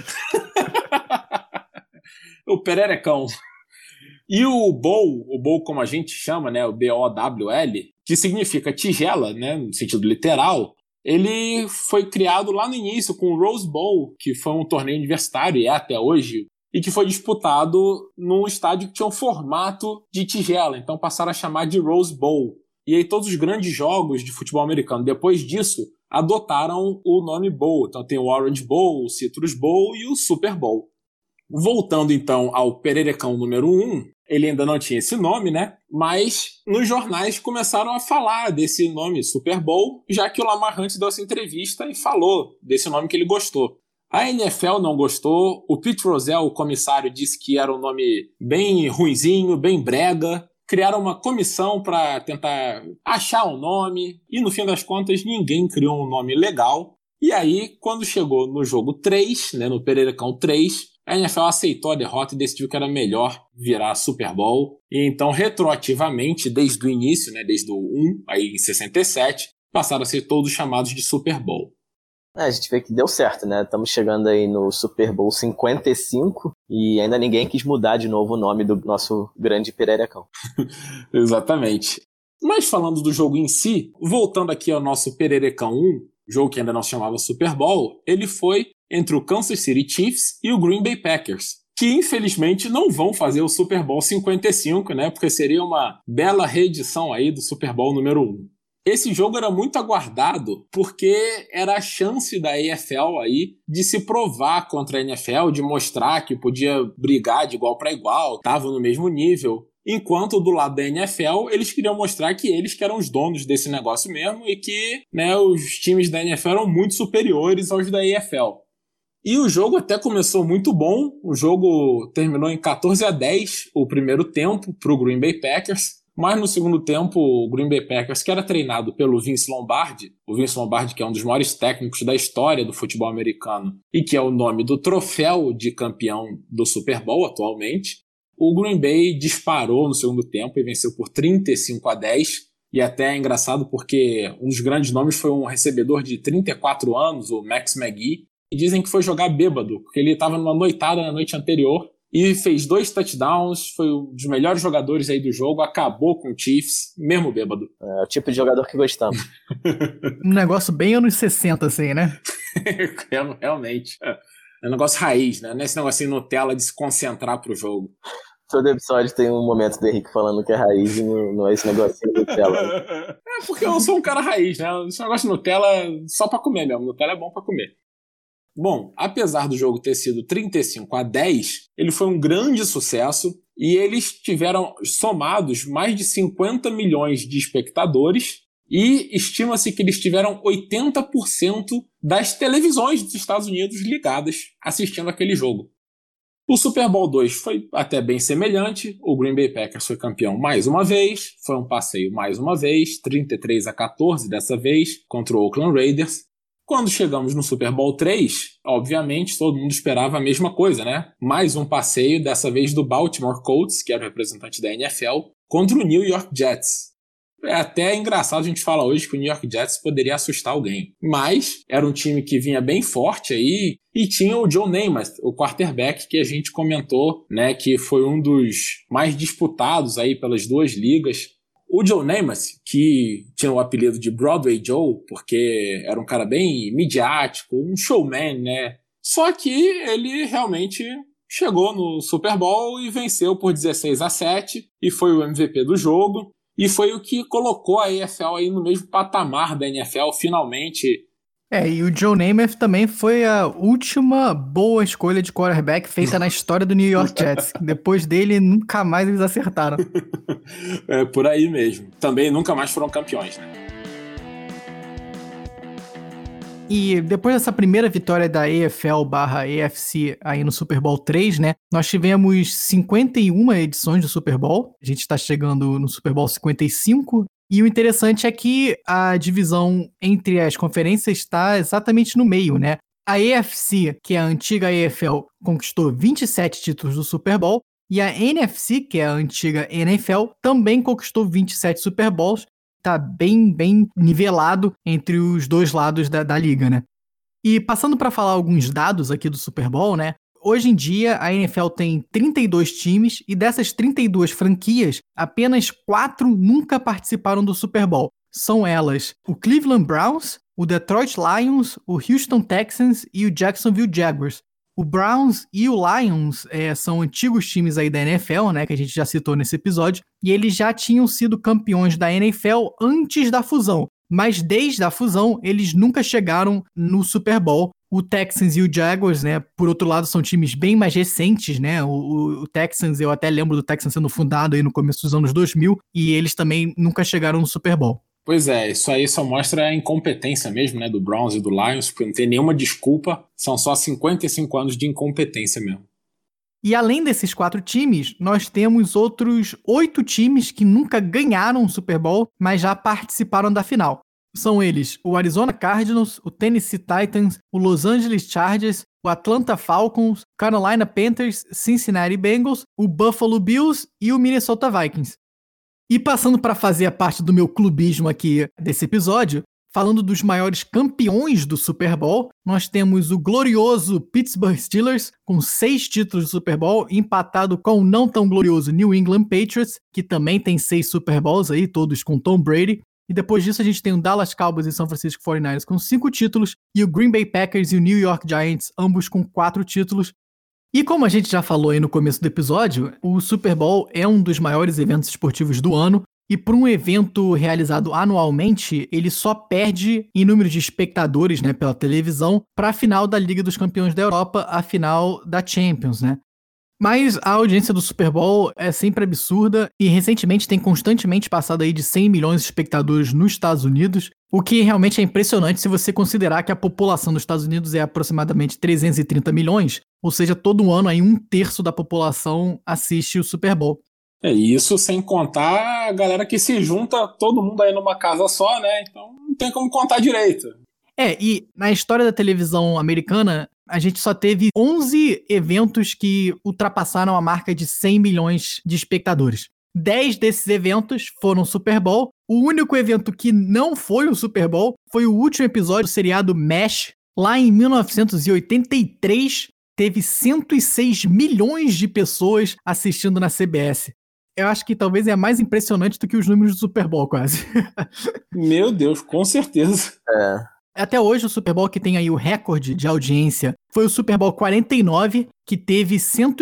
O pererecão. E o bowl como a gente chama, né, o B-O-W-L, que significa tigela, né, no sentido literal, ele foi criado lá no início com o Rose Bowl, que foi um torneio universitário e é até hoje, e que foi disputado num estádio que tinha um formato de tigela, então passaram a chamar de Rose Bowl. E aí todos os grandes jogos de futebol americano, depois disso, adotaram o nome Bowl. Então tem o Orange Bowl, o Citrus Bowl e o Super Bowl. Voltando então ao Pererecão número 1, ele ainda não tinha esse nome, né? Mas nos jornais começaram a falar desse nome Super Bowl, já que o Lamar Hunt deu essa entrevista e falou desse nome que ele gostou. A NFL não gostou, o Pete Rozelle, o comissário, disse que era um nome bem ruinzinho, bem brega. Criaram uma comissão para tentar achar um nome e, no fim das contas, ninguém criou um nome legal. E aí, quando chegou no jogo 3, né, no Pererecão 3, a NFL aceitou a derrota e decidiu que era melhor virar Super Bowl. E então, retroativamente, desde o início, né, desde o 1, aí em 67, passaram a ser todos chamados de Super Bowl. A gente vê que deu certo, né? Estamos chegando aí no Super Bowl 55 e ainda ninguém quis mudar de novo o nome do nosso grande pererecão. Exatamente. Mas falando do jogo em si, voltando aqui ao nosso Pererecão 1, jogo que ainda não se chamava Super Bowl, ele foi entre o Kansas City Chiefs e o Green Bay Packers, que infelizmente não vão fazer o Super Bowl 55, né? Porque seria uma bela reedição aí do Super Bowl número 1. Esse jogo era muito aguardado porque era a chance da EFL aí de se provar contra a NFL, de mostrar que podia brigar de igual para igual, estava no mesmo nível. Enquanto do lado da NFL, eles queriam mostrar que eles que eram os donos desse negócio mesmo e que, né, os times da NFL eram muito superiores aos da EFL. E o jogo até começou muito bom, o jogo terminou em 14-10 o primeiro tempo para o Green Bay Packers. Mas no segundo tempo, o Green Bay Packers, que era treinado pelo Vince Lombardi, o Vince Lombardi que é um dos maiores técnicos da história do futebol americano e que é o nome do troféu de campeão do Super Bowl atualmente, o Green Bay disparou no segundo tempo e venceu por 35-10. E até é engraçado porque um dos grandes nomes foi um recebedor de 34 anos, o Max McGee, e dizem que foi jogar bêbado, porque ele estava numa noitada na noite anterior e fez 2 touchdowns, foi um dos melhores jogadores aí do jogo, acabou com o Chiefs, mesmo bêbado. É o tipo de jogador que gostamos. Um negócio bem anos 60, assim, né? Realmente. É um negócio raiz, né? Não é esse negocinho Nutella de se concentrar pro jogo. Todo episódio tem um momento do Henrique falando que é raiz e não é esse negocinho do Nutella. É porque eu sou um cara raiz, né? Esse negócio de Nutella é só pra comer mesmo. Nutella é bom pra comer. Bom, apesar do jogo ter sido 35-10, ele foi um grande sucesso e eles tiveram somados mais de 50 milhões de espectadores e estima-se que eles tiveram 80% das televisões dos Estados Unidos ligadas assistindo aquele jogo. O Super Bowl 2 foi até bem semelhante, o Green Bay Packers foi campeão mais uma vez, foi um passeio mais uma vez, 33-14 dessa vez, contra o Oakland Raiders. Quando chegamos no Super Bowl 3, obviamente todo mundo esperava a mesma coisa, né? Mais um passeio, dessa vez do Baltimore Colts, que era o representante da NFL, contra o New York Jets. É até engraçado a gente falar hoje que o New York Jets poderia assustar alguém. Mas era um time que vinha bem forte aí e tinha o Joe Namath, o quarterback que a gente comentou, né? Que foi um dos mais disputados aí pelas duas ligas. O Joe Namath, que tinha o apelido de Broadway Joe, porque era um cara bem midiático, um showman, né? Só que ele realmente chegou no Super Bowl e venceu por 16-7 e foi o MVP do jogo. E foi o que colocou a EFL aí no mesmo patamar da NFL, finalmente. E o Joe Namath também foi a última boa escolha de quarterback feita na história do New York Jets. Depois dele, nunca mais eles acertaram. É por aí mesmo. Também nunca mais foram campeões, né? E depois dessa primeira vitória da EFL/EFC aí no Super Bowl 3, né? Nós tivemos 51 edições do Super Bowl. A gente está chegando no Super Bowl 55. E o interessante é que a divisão entre as conferências está exatamente no meio, né? A AFC, que é a antiga EFL, conquistou 27 títulos do Super Bowl. E a NFC, que é a antiga NFL, também conquistou 27 Super Bowls. Tá bem nivelado entre os dois lados da liga, né? E passando para falar alguns dados aqui do Super Bowl, né? Hoje em dia, a NFL tem 32 times e dessas 32 franquias, apenas 4 nunca participaram do Super Bowl. São elas o Cleveland Browns, o Detroit Lions, o Houston Texans e o Jacksonville Jaguars. O Browns e o Lions são antigos times aí da NFL, né, que a gente já citou nesse episódio, e eles já tinham sido campeões da NFL antes da fusão. Mas desde a fusão, eles nunca chegaram no Super Bowl. O Texans e o Jaguars, né, por outro lado, são times bem mais recentes, né? O Texans, eu até lembro do Texans sendo fundado aí no começo dos anos 2000, e eles também nunca chegaram no Super Bowl. Pois é, isso aí só mostra a incompetência mesmo, né, do Browns e do Lions, porque não tem nenhuma desculpa, são só 55 anos de incompetência mesmo. E além desses 4 times, nós temos outros 8 times que nunca ganharam o Super Bowl, mas já participaram da final. São eles o Arizona Cardinals, o Tennessee Titans, o Los Angeles Chargers, o Atlanta Falcons, Carolina Panthers, Cincinnati Bengals, o Buffalo Bills e o Minnesota Vikings. E passando para fazer a parte do meu clubismo aqui desse episódio, falando dos maiores campeões do Super Bowl, nós temos o glorioso Pittsburgh Steelers, com 6 títulos do Super Bowl, empatado com o não tão glorioso New England Patriots, que também tem 6 Super Bowls aí, todos com Tom Brady. E depois disso a gente tem o Dallas Cowboys e São Francisco 49ers com 5 títulos, e o Green Bay Packers e o New York Giants, ambos com 4 títulos. E como a gente já falou aí no começo do episódio, o Super Bowl é um dos maiores eventos esportivos do ano, e por um evento realizado anualmente, ele só perde em número de espectadores, né, pela televisão, para a final da Liga dos Campeões da Europa, a final da Champions, né? Mas a audiência do Super Bowl é sempre absurda e recentemente tem constantemente passado aí de 100 milhões de espectadores nos Estados Unidos, o que realmente é impressionante se você considerar que a população dos Estados Unidos é aproximadamente 330 milhões, ou seja, todo ano aí 1/3 da população assiste o Super Bowl. É isso sem contar a galera que se junta todo mundo aí numa casa só, né? Então não tem como contar direito. E na história da televisão americana, a gente só teve 11 eventos que ultrapassaram a marca de 100 milhões de espectadores. 10 desses eventos foram Super Bowl. O único evento que não foi o Super Bowl foi o último episódio do seriado MASH. Lá em 1983, teve 106 milhões de pessoas assistindo na CBS. Eu acho que talvez é mais impressionante do que os números do Super Bowl, quase. Meu Deus, com certeza. Até hoje, o Super Bowl que tem aí o recorde de audiência foi o Super Bowl 49, que teve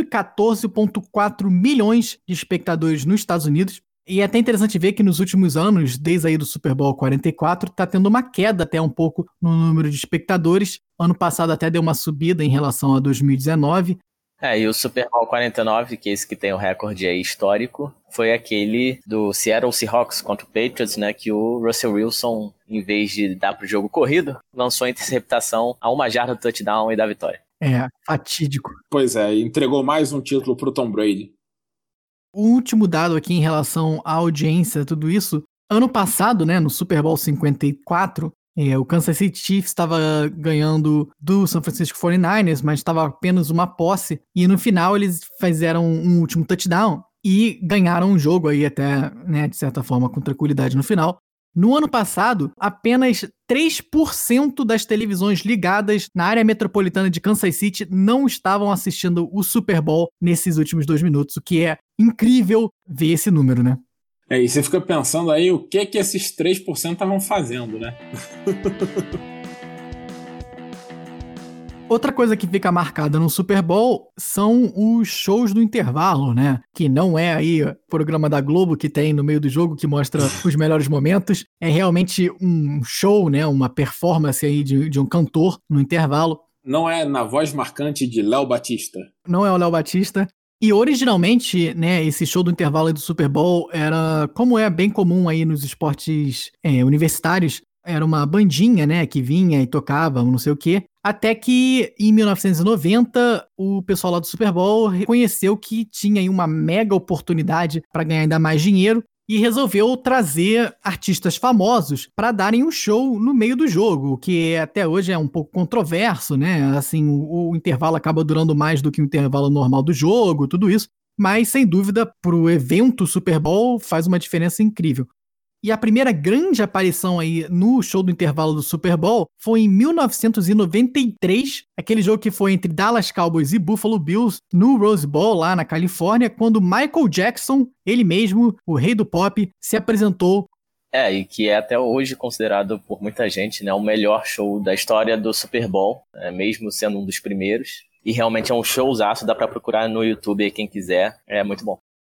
114,4 milhões de espectadores nos Estados Unidos. E é até interessante ver que nos últimos anos, desde aí do Super Bowl 44, tá tendo uma queda até um pouco no número de espectadores. Ano passado até deu uma subida em relação a 2019. E o Super Bowl 49, que é esse que tem o recorde aí histórico, foi aquele do Seattle Seahawks contra o Patriots, né, que o Russell Wilson, em vez de dar pro jogo corrido, lançou a interceptação a 1 jarda do touchdown e da vitória. Fatídico. Pois é, entregou mais um título pro Tom Brady. O último dado aqui em relação à audiência, tudo isso, ano passado, né, no Super Bowl 54, o Kansas City Chiefs estava ganhando do San Francisco 49ers, mas estava apenas uma posse, e no final eles fizeram um último touchdown e ganharam o jogo aí até, né, de certa forma, com tranquilidade no final. No ano passado, apenas 3% das televisões ligadas na área metropolitana de Kansas City não estavam assistindo o Super Bowl nesses últimos 2 minutos, o que é incrível ver esse número, né? E você fica pensando aí o que esses 3% estavam fazendo, né? Outra coisa que fica marcada no Super Bowl são os shows do intervalo, né? Que não é aí o programa da Globo que tem no meio do jogo que mostra os melhores momentos. É realmente um show, né? Uma performance aí de um cantor no intervalo. Não é na voz marcante de Léo Batista. Não é o Léo Batista. E originalmente, né, esse show do intervalo do Super Bowl era, como é bem comum aí nos esportes universitários, era uma bandinha, né, que vinha e tocava, não sei o quê. Até que, em 1990, o pessoal lá do Super Bowl reconheceu que tinha aí uma mega oportunidade para ganhar ainda mais dinheiro e resolveu trazer artistas famosos para darem um show no meio do jogo, o que até hoje é um pouco controverso, né? Assim, o intervalo acaba durando mais do que o intervalo normal do jogo, tudo isso. Mas, sem dúvida, pro evento Super Bowl faz uma diferença incrível. E a primeira grande aparição aí no show do intervalo do Super Bowl foi em 1993, aquele jogo que foi entre Dallas Cowboys e Buffalo Bills no Rose Bowl, lá na Califórnia, quando Michael Jackson, ele mesmo, o rei do pop, se apresentou. E que é até hoje considerado por muita gente, né, o melhor show da história do Super Bowl, mesmo sendo um dos primeiros. E realmente é um showzaço, dá pra procurar no YouTube aí quem quiser, é muito bom.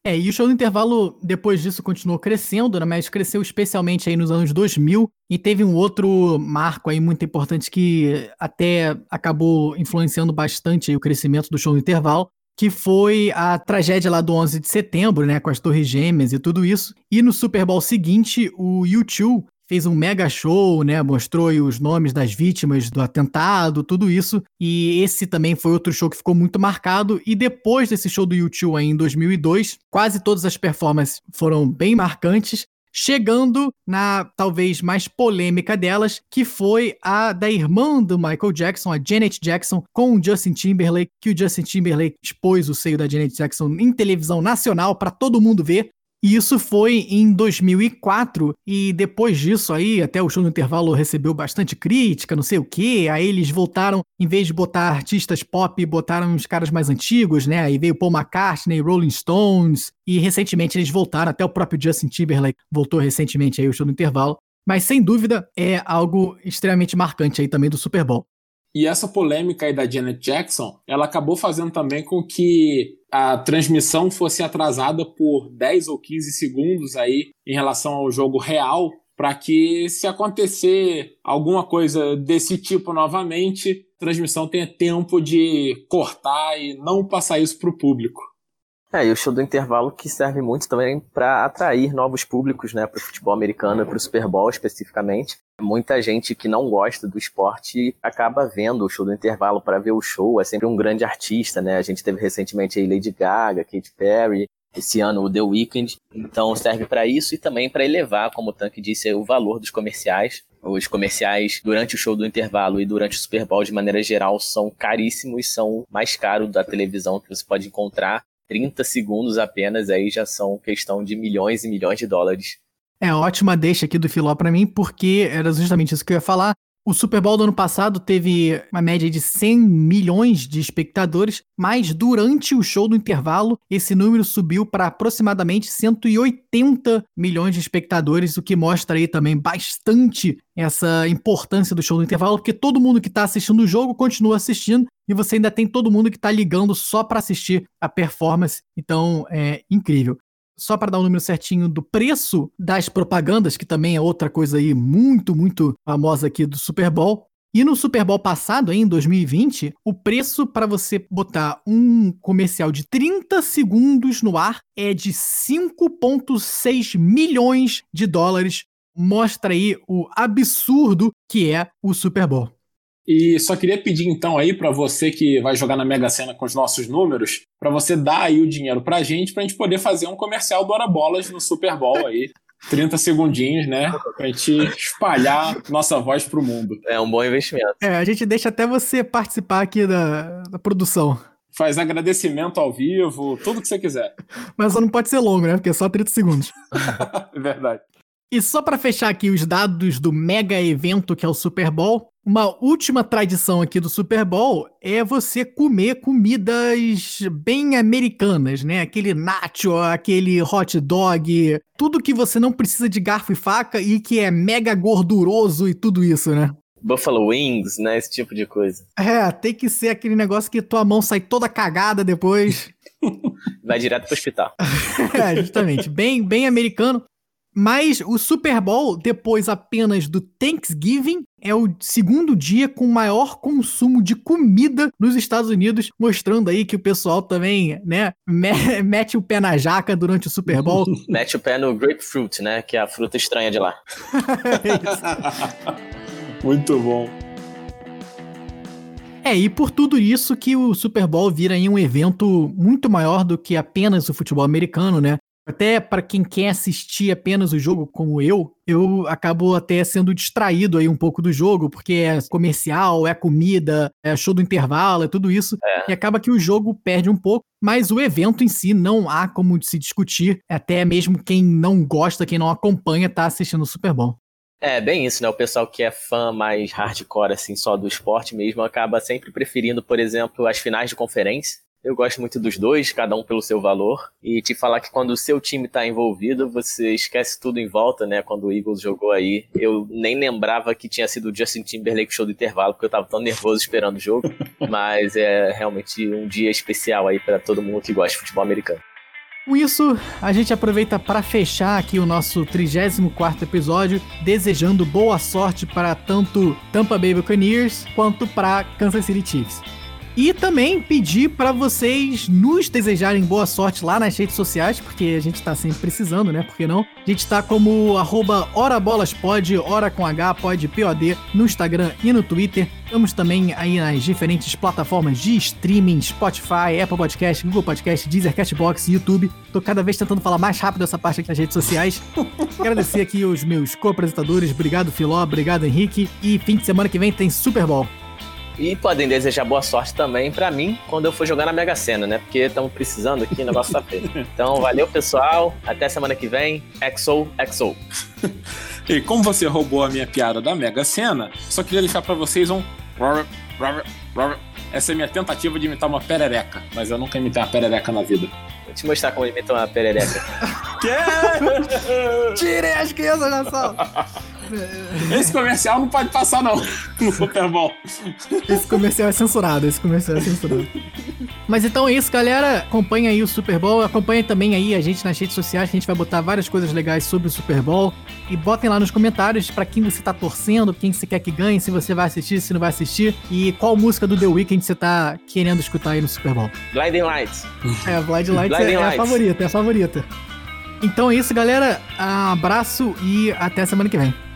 E o show do intervalo, depois disso, continuou crescendo, né? Mas cresceu especialmente aí nos anos 2000 e teve um outro marco aí muito importante que até acabou influenciando bastante aí o crescimento do show do intervalo, que foi a tragédia lá do 11 de setembro, né? Com as Torres Gêmeas e tudo isso. E no Super Bowl seguinte, o U2 fez um mega show, né? Mostrou aí os nomes das vítimas do atentado, tudo isso. E esse também foi outro show que ficou muito marcado. E depois desse show do U2 aí em 2002, quase todas as performances foram bem marcantes, chegando na talvez mais polêmica delas, que foi a da irmã do Michael Jackson, a Janet Jackson, com o Justin Timberlake, que o Justin Timberlake expôs o seio da Janet Jackson em televisão nacional para todo mundo ver. E isso foi em 2004, e depois disso aí, até o show no intervalo recebeu bastante crítica, não sei o quê, aí eles voltaram, em vez de botar artistas pop, botaram os caras mais antigos, né, aí veio Paul McCartney, Rolling Stones, e recentemente eles voltaram, até o próprio Justin Timberlake voltou recentemente aí o show no intervalo, mas sem dúvida é algo extremamente marcante aí também do Super Bowl. E essa polêmica aí da Janet Jackson, ela acabou fazendo também com que a transmissão fosse atrasada por 10 ou 15 segundos aí em relação ao jogo real, para que, se acontecer alguma coisa desse tipo novamente, a transmissão tenha tempo de cortar e não passar isso para o público. E o show do intervalo que serve muito também para atrair novos públicos, né, para o futebol americano e para o Super Bowl especificamente. Muita gente que não gosta do esporte acaba vendo o show do intervalo para ver o show. É sempre um grande artista, né? A gente teve recentemente aí Lady Gaga, Katy Perry, esse ano o The Weeknd. Então serve para isso e também para elevar, como o Tanque disse, o valor dos comerciais. Os comerciais durante o show do intervalo e durante o Super Bowl de maneira geral são caríssimos, são mais caros da televisão que você pode encontrar. 30 segundos apenas aí já são questão de milhões e milhões de dólares. Ótima deixa aqui do Filó pra mim, porque era justamente isso que eu ia falar. O Super Bowl do ano passado teve uma média de 100 milhões de espectadores, mas durante o show do intervalo, esse número subiu para aproximadamente 180 milhões de espectadores, o que mostra aí também bastante essa importância do show do intervalo, porque todo mundo que está assistindo o jogo continua assistindo, e você ainda tem todo mundo que está ligando só para assistir a performance, então é incrível. Só para dar o número certinho do preço das propagandas, que também é outra coisa aí muito, muito famosa aqui do Super Bowl. E no Super Bowl passado, em 2020, o preço para você botar um comercial de 30 segundos no ar é de 5,6 milhões de dólares. Mostra aí o absurdo que é o Super Bowl. E só queria pedir então aí para você que vai jogar na Mega Sena com os nossos números, para você dar aí o dinheiro pra gente poder fazer um comercial do Hora Bolas no Super Bowl aí. 30 segundinhos, né? Pra gente espalhar nossa voz pro mundo. É um bom investimento. A gente deixa até você participar aqui da produção. Faz agradecimento ao vivo, tudo que você quiser. Mas só não pode ser longo, né? Porque é só 30 segundos. É verdade. E só para fechar aqui os dados do mega evento que é o Super Bowl, uma última tradição aqui do Super Bowl é você comer comidas bem americanas, né? Aquele nacho, aquele hot dog, tudo que você não precisa de garfo e faca e que é mega gorduroso e tudo isso, né? Buffalo Wings, né? Esse tipo de coisa. Tem que ser aquele negócio que tua mão sai toda cagada depois. Vai direto pro hospital. Justamente. Bem americano. Mas o Super Bowl, depois apenas do Thanksgiving, é o segundo dia com maior consumo de comida nos Estados Unidos, mostrando aí que o pessoal também, né, mete o pé na jaca durante o Super Bowl. Mete o pé no grapefruit, né, que é a fruta estranha de lá. Muito bom. E por tudo isso que o Super Bowl vira aí um evento muito maior do que apenas o futebol americano, né? Até para quem quer assistir apenas o jogo como eu acabo até sendo distraído aí um pouco do jogo, porque é comercial, é comida, é show do intervalo, é tudo isso, e acaba que o jogo perde um pouco, mas o evento em si não há como se discutir, até mesmo quem não gosta, quem não acompanha, tá assistindo o Super Bowl. É, bem isso, né? O pessoal que é fã mais hardcore, assim, só do esporte mesmo, acaba sempre preferindo, por exemplo, as finais de conferência. Eu gosto muito dos dois, cada um pelo seu valor. E te falar que quando o seu time tá envolvido, você esquece tudo em volta, né? Quando o Eagles jogou aí, eu nem lembrava que tinha sido o Justin Timberlake show do intervalo, porque eu tava tão nervoso esperando o jogo. Mas é realmente um dia especial aí pra todo mundo que gosta de futebol americano. Com isso, a gente aproveita para fechar aqui o nosso 34º episódio, desejando boa sorte para tanto Tampa Bay Buccaneers quanto para Kansas City Chiefs. E também pedir para vocês nos desejarem boa sorte lá nas redes sociais, porque a gente tá sempre precisando, né? Por que não? A gente tá como @orabolaspod, ora com H, pod, POD, no Instagram e no Twitter. Estamos também aí nas diferentes plataformas de streaming, Spotify, Apple Podcast, Google Podcast, Deezer, Castbox, YouTube. Tô cada vez tentando falar mais rápido essa parte aqui nas redes sociais. Agradecer aqui os meus co-apresentadores. Obrigado, Filó. Obrigado, Henrique. E fim de semana que vem tem Super Bowl. E podem desejar boa sorte também pra mim quando eu for jogar na Mega Sena, né? Porque estamos precisando aqui, o negócio tá feio. Então, valeu, pessoal. Até semana que vem. XO. E como você roubou a minha piada da Mega Sena, só queria deixar pra vocês um... Essa é a minha tentativa de imitar uma perereca, mas eu nunca imitei uma perereca na vida. Vou te mostrar como imita uma perereca. Tirem as crianças da sala! Esse comercial não pode passar, não, no Super Bowl. Esse comercial é censurado, Mas então é isso, galera. Acompanha aí o Super Bowl. Acompanha também aí a gente nas redes sociais, que a gente vai botar várias coisas legais sobre o Super Bowl. E botem lá nos comentários pra quem você tá torcendo, quem você quer que ganhe, se você vai assistir, se não vai assistir. E qual música do The Weeknd você tá querendo escutar aí no Super Bowl. Blinding Lights. Blinding Lights é a favorita. Então é isso, galera. Um abraço e até semana que vem.